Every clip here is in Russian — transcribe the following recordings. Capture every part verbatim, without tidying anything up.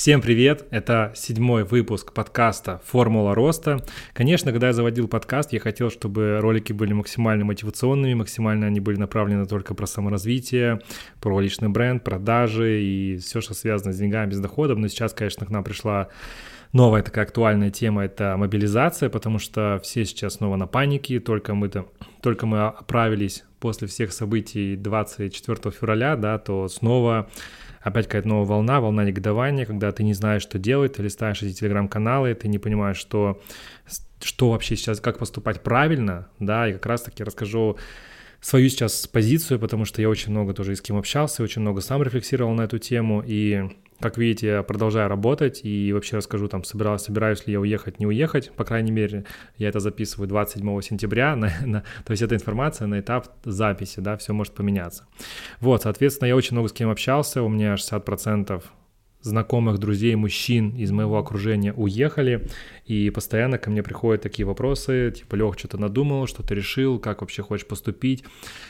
Всем привет! Это седьмой выпуск подкаста «Формула роста». Конечно, когда я заводил подкаст, я хотел, чтобы ролики были максимально мотивационными, максимально они были направлены только про саморазвитие, про личный бренд, продажи и все, что связано с деньгами, без доходов. Но сейчас, конечно, к нам пришла новая такая актуальная тема – это мобилизация, потому что все сейчас снова на панике, только мы, только мы оправились после всех событий двадцать четвёртого февраля, да, то снова опять какая-то новая волна, волна негодования, когда ты не знаешь, что делать, ты листаешь эти телеграм-каналы, ты не понимаешь, что, что вообще сейчас, как поступать правильно, да, и как раз-таки расскажу свою сейчас позицию, потому что я очень много тоже и с кем общался, очень много сам рефлексировал на эту тему, и, как видите, я продолжаю работать, и вообще расскажу, там, собираюсь, собираюсь ли я уехать, не уехать, по крайней мере, я это записываю двадцать седьмого сентября, на, на, то есть это информация на этап записи, да, все может поменяться. Вот, соответственно, я очень много с кем общался, у меня шестьдесят процентов знакомых, друзей, мужчин из моего окружения уехали, и постоянно ко мне приходят такие вопросы, типа, Лёх, что ты надумал, что ты решил, как вообще хочешь поступить,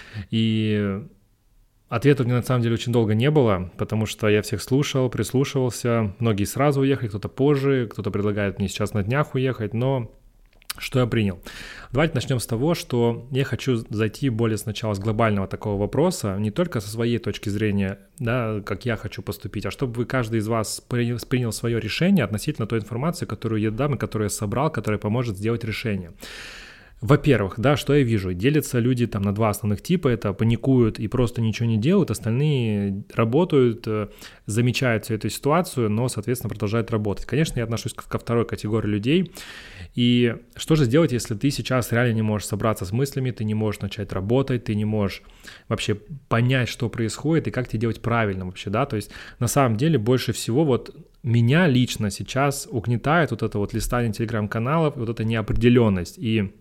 и ответа у меня на самом деле очень долго не было, потому что я всех слушал, прислушивался, многие сразу уехали, кто-то позже, кто-то предлагает мне сейчас на днях уехать, но что я принял? Давайте начнем с того, что я хочу зайти более сначала с глобального такого вопроса, не только со своей точки зрения, да, как я хочу поступить, а чтобы вы, каждый из вас принял, принял свое решение относительно той информации, которую я дам и которую я собрал, которая поможет сделать решение. Во-первых, да, что я вижу? Делятся люди там на два основных типа, это паникуют и просто ничего не делают, остальные работают, замечают всю эту ситуацию, но, соответственно, продолжают работать. Конечно, я отношусь ко второй категории людей. И что же сделать, если ты сейчас реально не можешь собраться с мыслями, ты не можешь начать работать, ты не можешь вообще понять, что происходит и как тебе делать правильно вообще, да? То есть на самом деле больше всего вот меня лично сейчас угнетает вот это вот листание телеграм-каналов, вот эта неопределенность. И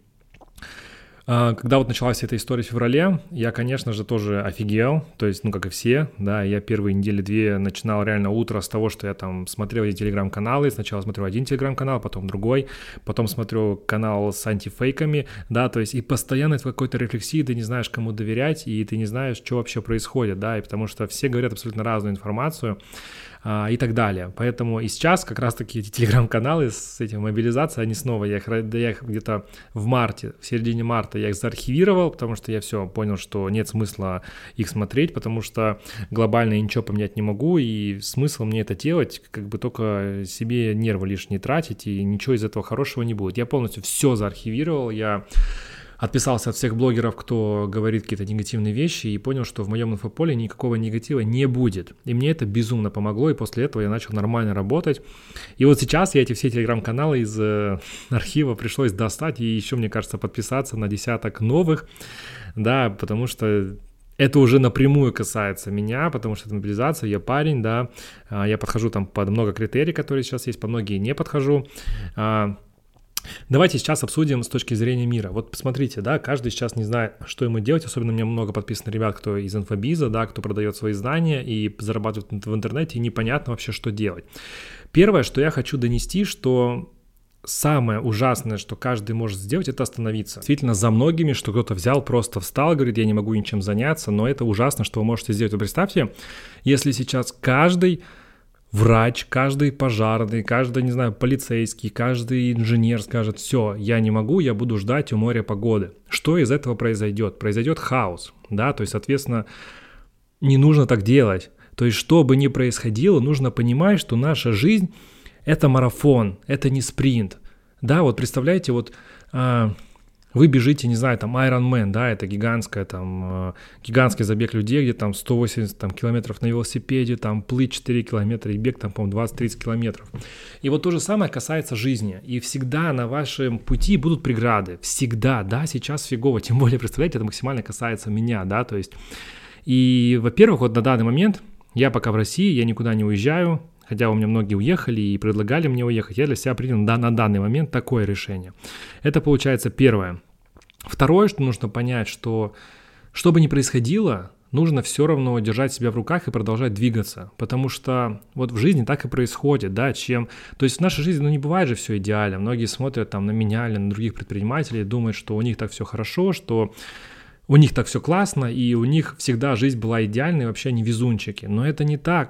когда вот началась эта история в феврале, я, конечно же, тоже офигел, то есть, ну, как и все, да, я первые недели-две начинал реально утро с того, что я там смотрел эти телеграм-каналы, сначала смотрел один телеграм-канал, потом другой, потом смотрел канал с антифейками, да, то есть и постоянно в какой-то рефлексии ты не знаешь, кому доверять, и ты не знаешь, что вообще происходит, да, и потому что все говорят абсолютно разную информацию, и так далее. Поэтому и сейчас как раз-таки эти телеграм-каналы с этим мобилизацией, они снова, я их, да, я их где-то в марте, в середине марта я их заархивировал, потому что я все понял, что нет смысла их смотреть, потому что глобально я ничего поменять не могу, и смысл мне это делать, как бы только себе нервы лишние тратить, и ничего из этого хорошего не будет. Я полностью все заархивировал, я отписался от всех блогеров, кто говорит какие-то негативные вещи, и понял, что в моем инфополе никакого негатива не будет. И мне это безумно помогло, и после этого я начал нормально работать. И вот сейчас я эти все телеграм-каналы из э, архива пришлось достать, и еще, мне кажется, подписаться на десяток новых, да, потому что это уже напрямую касается меня, потому что это мобилизация, я парень, да, я подхожу там под много критерий, которые сейчас есть, под многие не подхожу. Давайте сейчас обсудим с точки зрения мира. Вот посмотрите, да, каждый сейчас не знает, что ему делать, особенно у меня много подписано ребят, кто из инфобиза, да, кто продает свои знания и зарабатывает в интернете, и непонятно вообще, что делать. Первое, что я хочу донести, что самое ужасное, что каждый может сделать, это остановиться. Действительно, за многими, что кто-то взял, просто встал, говорит, я не могу ничем заняться, но это ужасно, что вы можете сделать. Вы представьте, если сейчас каждый врач, каждый пожарный, каждый, не знаю, полицейский, каждый инженер скажет, все, я не могу, я буду ждать у моря погоды. Что из этого произойдет? Произойдет хаос, да, то есть, соответственно, не нужно так делать. То есть, что бы ни происходило, нужно понимать, что наша жизнь – это марафон, это не спринт. Да, вот представляете, вот а, вы бежите, не знаю, там, Ironman, да, это гигантская, там, гигантский забег людей, где там сто восемьдесят там, километров на велосипеде, там, плыть четыре километра и бег, там, по-моему, двадцать-тридцать километров. И вот то же самое касается жизни. И всегда на вашем пути будут преграды. Всегда, да, сейчас фигово. Тем более, представляете, это максимально касается меня, да, то есть. И, во-первых, вот на данный момент я пока в России, я никуда не уезжаю, хотя у меня многие уехали и предлагали мне уехать, я для себя принял да, на данный момент такое решение. Это получается первое. Второе, что нужно понять, что что бы ни происходило, нужно все равно держать себя в руках и продолжать двигаться, потому что вот в жизни так и происходит, да, чем... То есть в нашей жизни, ну, не бывает же все идеально. Многие смотрят там на меня или на других предпринимателей и думают, что у них так все хорошо, что у них так все классно, и у них всегда жизнь была идеальной, вообще они везунчики. Но это не так.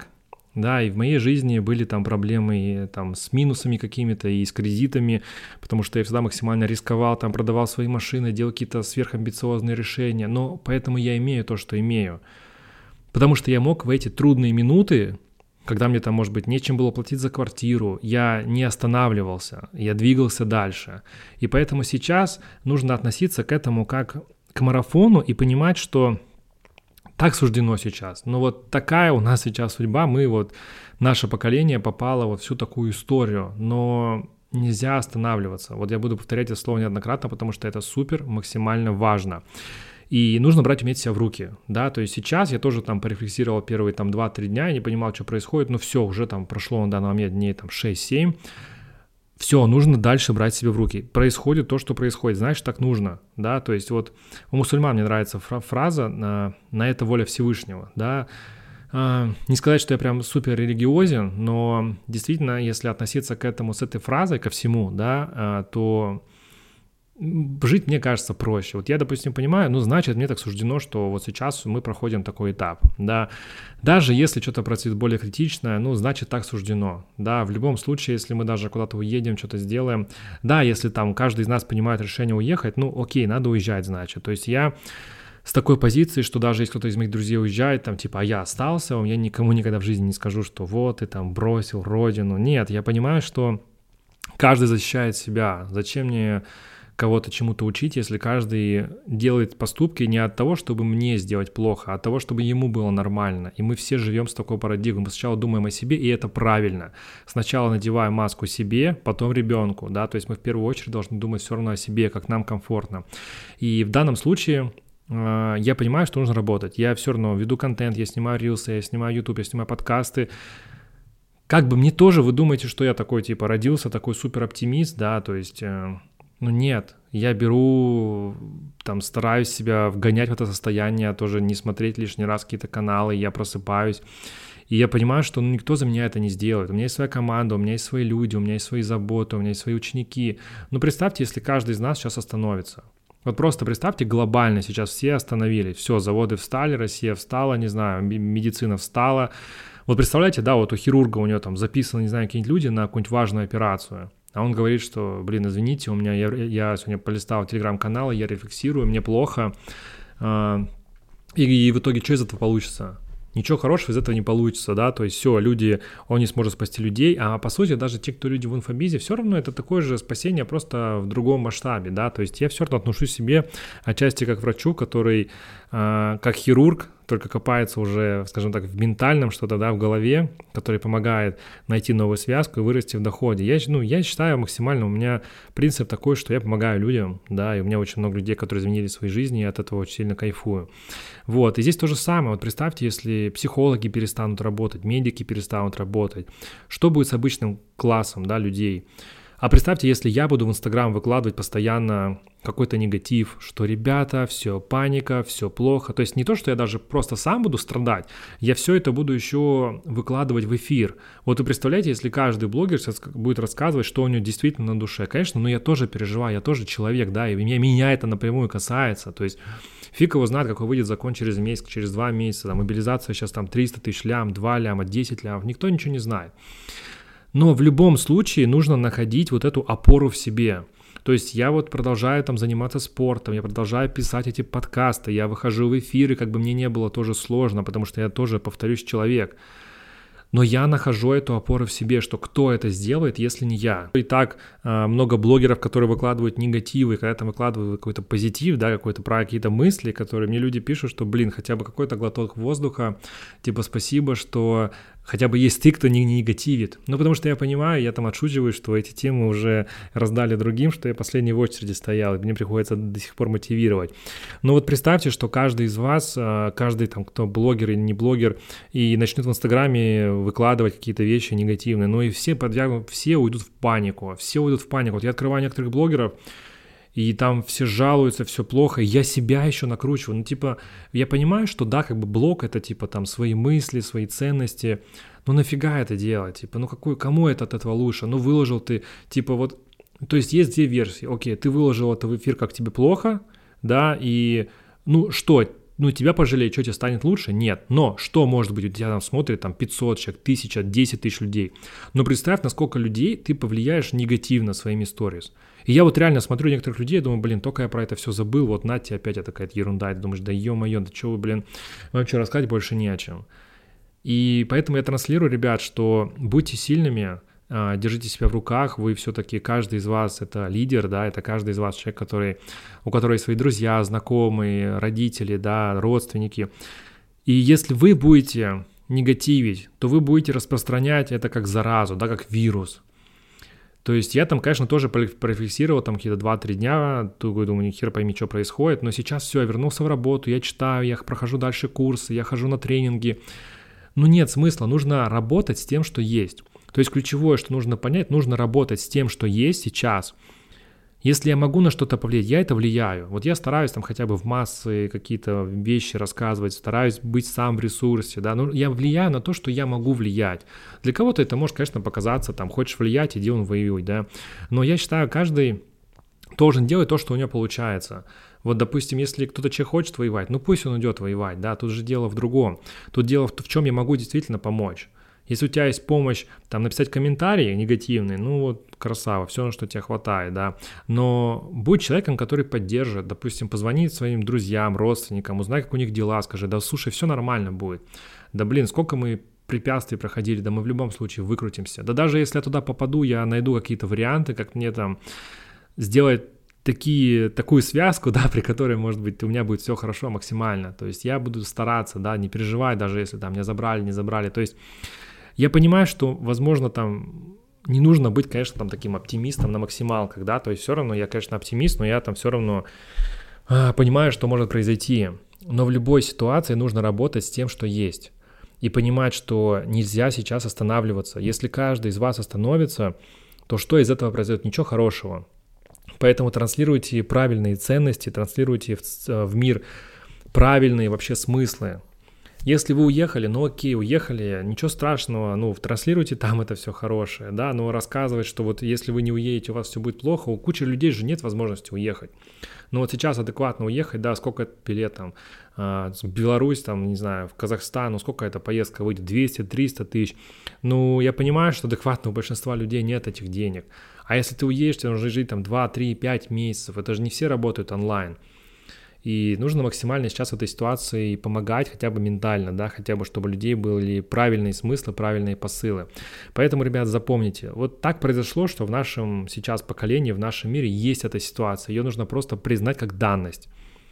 Да, и в моей жизни были там проблемы и, там, с минусами какими-то и с кредитами, потому что я всегда максимально рисковал, там, продавал свои машины, делал какие-то сверхамбициозные решения, но поэтому я имею то, что имею. Потому что я мог в эти трудные минуты, когда мне там, может быть, нечем было платить за квартиру, я не останавливался, я двигался дальше. И поэтому сейчас нужно относиться к этому как к марафону и понимать, что так суждено сейчас. Но вот такая у нас сейчас судьба. Мы вот, наше поколение попало вот в всю такую историю. Но нельзя останавливаться. Вот я буду повторять это слово неоднократно, потому что это супер максимально важно. И нужно брать, уметь себя в руки, да, то есть сейчас я тоже там порефлексировал первые там два-три дня, я не понимал, что происходит, но все, уже там прошло на данный момент дней там шесть-семь, все, нужно дальше брать себя в руки. Происходит то, что происходит, знаешь, так нужно, да, то есть вот у мусульман мне нравится фраза «на, на это воля Всевышнего», да, а, не сказать, что я прям супер религиозен, но действительно, если относиться к этому с этой фразой, ко всему, да, а, то жить, мне кажется, проще. Вот я, допустим, понимаю, ну, значит, мне так суждено, что вот сейчас мы проходим такой этап, да. Даже если что-то происходит более критичное, ну, значит, так суждено, да. В любом случае, если мы даже куда-то уедем, что-то сделаем, да, если там каждый из нас принимает решение уехать, ну, окей, надо уезжать, значит. То есть я с такой позиции, что даже если кто-то из моих друзей уезжает, там, типа, а я остался, я никому никогда в жизни не скажу, что вот, ты там бросил родину. Нет, я понимаю, что каждый защищает себя. Зачем мне кого-то чему-то учить, если каждый делает поступки не от того, чтобы мне сделать плохо, а от того, чтобы ему было нормально. И мы все живем с такой парадигмой. Мы сначала думаем о себе, и это правильно. Сначала надеваем маску себе, потом ребенку, да, то есть мы в первую очередь должны думать все равно о себе, как нам комфортно. И в данном случае э, я понимаю, что нужно работать. Я все равно веду контент, я снимаю рилсы, я снимаю YouTube, я снимаю подкасты. Как бы мне тоже, вы думаете, что я такой, типа, родился, такой супер оптимист, да, то есть... Э, Ну нет, я беру, там, стараюсь себя вгонять в это состояние, тоже не смотреть лишний раз какие-то каналы, я просыпаюсь, и я понимаю, что ну, никто за меня это не сделает. У меня есть своя команда, у меня есть свои люди, у меня есть свои заботы, у меня есть свои ученики. Ну представьте, если каждый из нас сейчас остановится. Вот просто представьте, глобально сейчас все остановились, все, заводы встали, Россия встала, не знаю, медицина встала. Вот представляете, да, вот у хирурга, у него там записаны, не знаю, какие-нибудь люди на какую-нибудь важную операцию. А он говорит, что, блин, извините, у меня, я, я сегодня полистал телеграм-каналы, я рефлексирую, мне плохо. И, и в итоге что из этого получится? Ничего хорошего из этого не получится, да, то есть все, люди, он не сможет спасти людей, а по сути даже те, кто люди в инфобизе, все равно это такое же спасение, просто в другом масштабе, да, то есть я все равно отношусь к себе отчасти как врачу, который, э, как хирург, только копается уже, скажем так, в ментальном что-то, да, в голове, который помогает найти новую связку и вырасти в доходе. Я, ну, я считаю максимально, у меня принцип такой, что я помогаю людям, да, и у меня очень много людей, которые изменили свои жизни, и от этого очень сильно кайфую. Вот, и здесь то же самое. Вот представьте, если психологи перестанут работать, медики перестанут работать, что будет с обычным классом, да, людей? А представьте, если я буду в Инстаграм выкладывать постоянно какой-то негатив, что, ребята, все, паника, все плохо. То есть не то, что я даже просто сам буду страдать, я все это буду еще выкладывать в эфир. Вот вы представляете, если каждый блогер сейчас будет рассказывать, что у него действительно на душе. Конечно, но я тоже переживаю, я тоже человек, да, и меня, меня это напрямую касается. То есть фиг его знает, какой выйдет закон через месяц, через два месяца. Там, мобилизация сейчас там триста тысяч лям, два ляма, десять лям. Никто ничего не знает. Но в любом случае нужно находить вот эту опору в себе. То есть я вот продолжаю там заниматься спортом, я продолжаю писать эти подкасты, я выхожу в эфиры, как бы мне не было тоже сложно, потому что я тоже, повторюсь, человек. Но я нахожу эту опору в себе, что кто это сделает, если не я. И так много блогеров, которые выкладывают негативы, когда там выкладывают какой-то позитив, да, какой-то про какие-то мысли, которые мне люди пишут, что, блин, хотя бы какой-то глоток воздуха, типа спасибо, что хотя бы есть ты, кто не негативит. Ну, потому что я понимаю, я там отшучиваю, что эти темы уже раздали другим, что я последний в очереди стоял, и мне приходится до сих пор мотивировать. Но вот представьте, что каждый из вас, каждый там, кто блогер или не блогер, и начнет в Инстаграме выкладывать какие-то вещи негативные, но и все подвягнут, все уйдут в панику, все уйдут в панику. Вот я открываю некоторых блогеров, и там все жалуются, все плохо, и я себя еще накручиваю. Ну, типа, я понимаю, что да, как бы блог — это, типа, там, свои мысли, свои ценности, ну, нафига это делать? Типа, ну, какой, кому это от этого лучше? Ну, выложил ты, типа, вот, то есть есть две версии. Окей, ты выложил это в эфир, как тебе плохо, да, и, ну, что, ну, тебя пожалеют, что тебе станет лучше? Нет. Но что может быть? У тебя там смотрит там пятьсот человек, тысяча, десять тысяч людей. Но представь, на сколько людей ты повлияешь негативно своими сторис. И я вот реально смотрю некоторых людей и думаю, блин, только я про это все забыл, вот на тебе опять это какая-то ерунда. И ты думаешь, да ё-моё, да что вы, блин, вообще рассказать больше не о чем. И поэтому я транслирую, ребят, что будьте сильными, держите себя в руках, вы все-таки, каждый из вас это лидер, да, это каждый из вас человек, который, у которого есть свои друзья, знакомые, родители, да, родственники. И если вы будете негативить, то вы будете распространять это как заразу, да, как вирус. То есть я там, конечно, тоже порефлексировал там какие-то два-три дня, думаю, ни хер пойми, что происходит, но сейчас все, я вернулся в работу, я читаю, я прохожу дальше курсы, я хожу на тренинги. Ну нет смысла, нужно работать с тем, что есть. То есть ключевое, что нужно понять, нужно работать с тем, что есть сейчас. Если я могу на что-то повлиять, я это влияю. Вот я стараюсь там хотя бы в массы какие-то вещи рассказывать, стараюсь быть сам в ресурсе, да, но я влияю на то, что я могу влиять. Для кого-то это может, конечно, показаться, там, хочешь влиять, иди он воюй, да. Но я считаю, каждый должен делать то, что у него получается. Вот, допустим, если кто-то человек хочет воевать, ну пусть он идет воевать, да, тут же дело в другом. Тут дело в, в чем я могу действительно помочь. Если у тебя есть помощь, там, написать комментарии негативные, ну вот, красава, все, на что тебе хватает, да. Но будь человеком, который поддержит, допустим, позвони своим друзьям, родственникам, узнай, как у них дела, скажи, да, слушай, все нормально будет. Да, блин, сколько мы препятствий проходили, да мы в любом случае выкрутимся. Да даже если я туда попаду, я найду какие-то варианты, как мне там сделать такие, такую связку, да, при которой, может быть, у меня будет все хорошо максимально. То есть я буду стараться, да, не переживать, даже если там меня забрали, не забрали. То есть я понимаю, что, возможно, там не нужно быть, конечно, там таким оптимистом на максималках, да, то есть все равно я, конечно, оптимист, но я там все равно а, понимаю, что может произойти. Но в любой ситуации нужно работать с тем, что есть. И понимать, что нельзя сейчас останавливаться. Если каждый из вас остановится, то что из этого произойдет? Ничего хорошего. Поэтому транслируйте правильные ценности, транслируйте в, в мир правильные вообще смыслы. Если вы уехали, ну окей, уехали, ничего страшного, ну транслируйте там это все хорошее, да, но рассказывать, что вот если вы не уедете, у вас все будет плохо, у кучи людей же нет возможности уехать. Но вот сейчас адекватно уехать, да, сколько это билет там, в Беларусь, там, не знаю, в Казахстан, ну сколько эта поездка выйдет, двести-триста тысяч. Ну, я понимаю, что адекватно у большинства людей нет этих денег. А если ты уедешь, тебе нужно жить там два, три, пять месяцев, это же не все работают онлайн. И нужно максимально сейчас в этой ситуации помогать хотя бы ментально, да, хотя бы чтобы у людей были правильные смыслы, правильные посылы. Поэтому, ребят, запомните, вот так произошло, что в нашем сейчас поколении, в нашем мире есть эта ситуация, ее нужно просто признать как данность.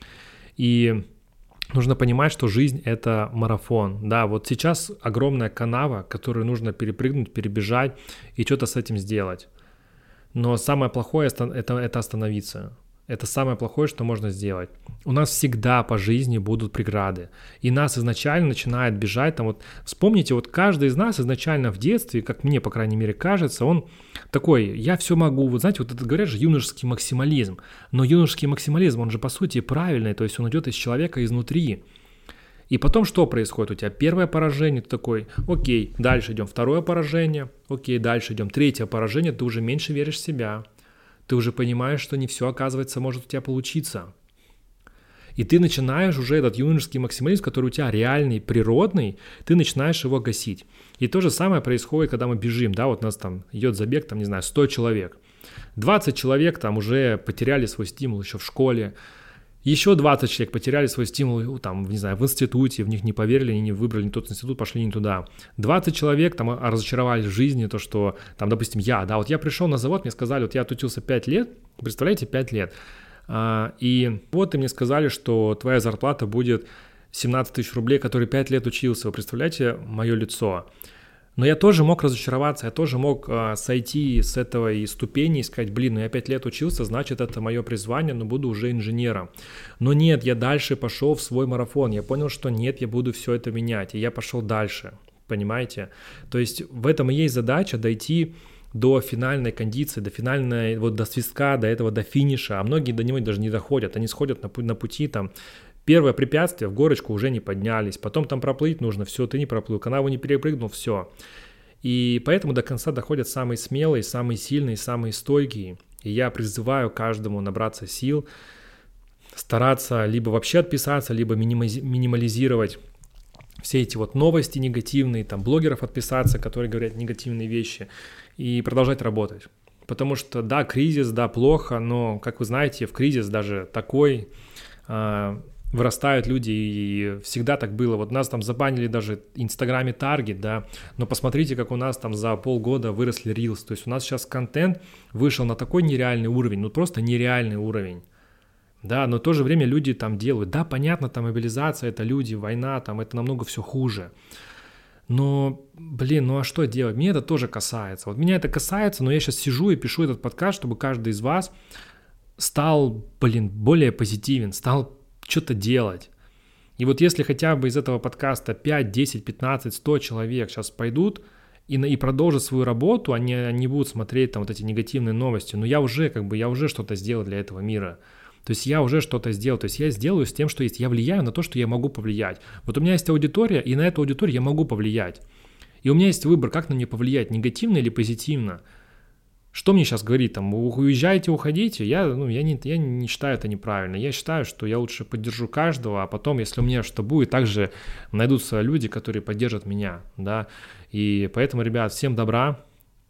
И нужно понимать, что жизнь — это марафон, да, вот сейчас огромная канава, которую нужно перепрыгнуть, перебежать и что-то с этим сделать. Но самое плохое — это, это остановиться. Это самое плохое, что можно сделать. У нас всегда по жизни будут преграды. И нас изначально начинает бежать. Там вот, вспомните, вот каждый из нас изначально в детстве, как мне, по крайней мере, кажется, он такой, я все могу. Вот знаете, вот это говорят же юношеский максимализм. Но юношеский максимализм, он же по сути правильный. То есть он идет из человека изнутри. И потом что происходит? У тебя первое поражение, ты такой, окей, дальше идем, второе поражение, окей, дальше идем, третье поражение, ты уже меньше веришь в себя. Ты уже понимаешь, что не все, оказывается, может у тебя получиться. И ты начинаешь уже этот юношеский максимализм, который у тебя реальный, природный, ты начинаешь его гасить. И то же самое происходит, когда мы бежим, да, вот у нас там идет забег, там, не знаю, сто человек. двадцать человек там уже потеряли свой стимул еще в школе. Еще двадцать человек потеряли свой стимул, там, не знаю, в институте, в них не поверили, они не выбрали не тот институт, пошли не туда. двадцать человек там разочаровались в жизни, то, что, там, допустим, я, да, вот я пришел на завод, мне сказали, вот я отучился пять лет, представляете, пять лет, а, и вот и мне сказали, что твоя зарплата будет семнадцать тысяч рублей, который пять лет учился, вы представляете мое лицо? Но я тоже мог разочароваться, я тоже мог э, сойти с этой ступени и сказать, блин, ну я пять лет учился, значит это мое призвание, но буду уже инженером. Но нет, я дальше пошел в свой марафон, я понял, что нет, я буду все это менять, и я пошел дальше, понимаете? То есть в этом и есть задача дойти до финальной кондиции, до финальной, вот до свистка, до этого, до финиша, а многие до него даже не доходят, они сходят на, на пути там. Первое препятствие, в горочку уже не поднялись, потом там проплыть нужно, все, ты не проплыл, канаву не перепрыгнул, все. И поэтому до конца доходят самые смелые, самые сильные, самые стойкие. И я призываю каждому набраться сил, стараться либо вообще отписаться, либо минимализировать все эти вот новости негативные, там блогеров отписаться, которые говорят негативные вещи, и продолжать работать. Потому что да, кризис, да, плохо, но, как вы знаете, в кризис даже такой э, вырастают люди, и всегда так было. Вот нас там забанили даже в Инстаграме таргет, да, но посмотрите, как у нас там за полгода выросли рилс. То есть у нас сейчас контент вышел на такой нереальный уровень, ну просто нереальный уровень. Да, но в то же время люди там делают. Да, понятно, там мобилизация, это люди, война, там это намного все хуже. Но, блин, ну а что делать? Мне это тоже касается. Вот меня это касается, но я сейчас сижу и пишу этот подкаст, чтобы каждый из вас стал, блин, более позитивен, стал что-то делать. И вот если хотя бы из этого подкаста пять, десять, пятнадцать, сто человек сейчас пойдут и, и продолжат свою работу, они не будут смотреть там вот эти негативные новости, но я уже как бы, я уже что-то сделал для этого мира. То есть я уже что-то сделал, то есть я сделаю с тем, что есть. Я влияю на то, что я могу повлиять. Вот у меня есть аудитория, и на эту аудиторию я могу повлиять. И у меня есть выбор, как на нее повлиять, негативно или позитивно. Что мне сейчас говорит, там, уезжайте, уходите, я, ну, я, не, я не считаю это неправильно. Я считаю, что я лучше поддержу каждого, а потом, если у меня что будет, также найдутся люди, которые поддержат меня, да. И поэтому, ребят, всем добра.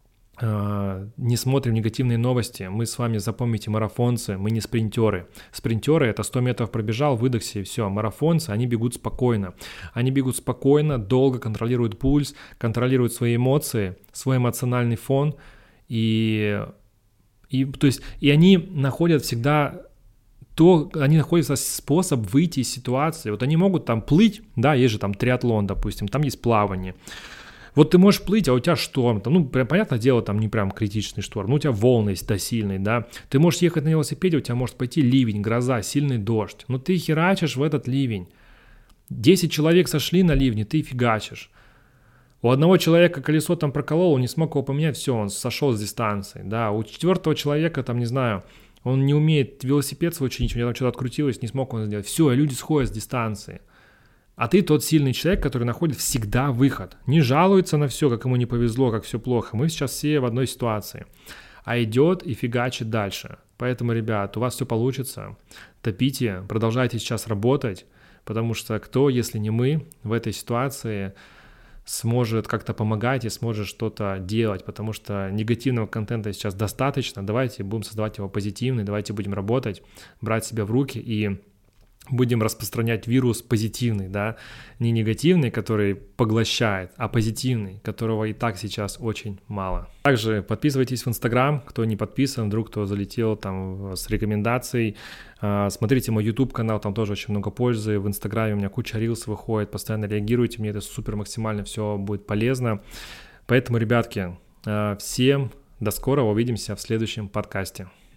Не смотрим негативные новости, мы с вами, запомните, марафонцы, мы не спринтеры. Спринтеры — это сто метров пробежал, выдохся и все. Марафонцы, они бегут спокойно. Они бегут спокойно, долго контролируют пульс, контролируют свои эмоции, свой эмоциональный фон. И, и, то есть, и они находят всегда то, они находят способ выйти из ситуации. Вот они могут там плыть, да, есть же там триатлон, допустим, там есть плавание. Вот ты можешь плыть, а у тебя шторм, там, ну, прям, понятное дело, там не прям критичный шторм, ну, у тебя волны есть, да, сильные, да, ты можешь ехать на велосипеде, у тебя может пойти ливень, гроза, сильный дождь, но ты херачишь в этот ливень, десять человек сошли на ливне, ты фигачишь, у одного человека колесо там прокололо, он не смог его поменять, все, он сошел с дистанции, да, у четвертого человека, там, не знаю, он не умеет велосипед свой чинить, у него там что-то открутилось, не смог он сделать, все, и люди сходят с дистанции. А ты тот сильный человек, который находит всегда выход. Не жалуется на все, как ему не повезло, как все плохо. Мы сейчас все в одной ситуации. А идет и фигачит дальше. Поэтому, ребят, у вас все получится. Топите, продолжайте сейчас работать. Потому что кто, если не мы, в этой ситуации сможет как-то помогать и сможет что-то делать. Потому что негативного контента сейчас достаточно. Давайте будем создавать его позитивный. Давайте будем работать, брать себя в руки и будем распространять вирус позитивный, да, не негативный, который поглощает, а позитивный, которого и так сейчас очень мало. Также подписывайтесь в Инстаграм, кто не подписан, вдруг кто залетел там с рекомендацией. Смотрите мой YouTube канал, там тоже очень много пользы. В Инстаграме у меня куча рилс выходит, постоянно реагируйте, мне это супер максимально все будет полезно. Поэтому, ребятки, всем до скорого, увидимся в следующем подкасте.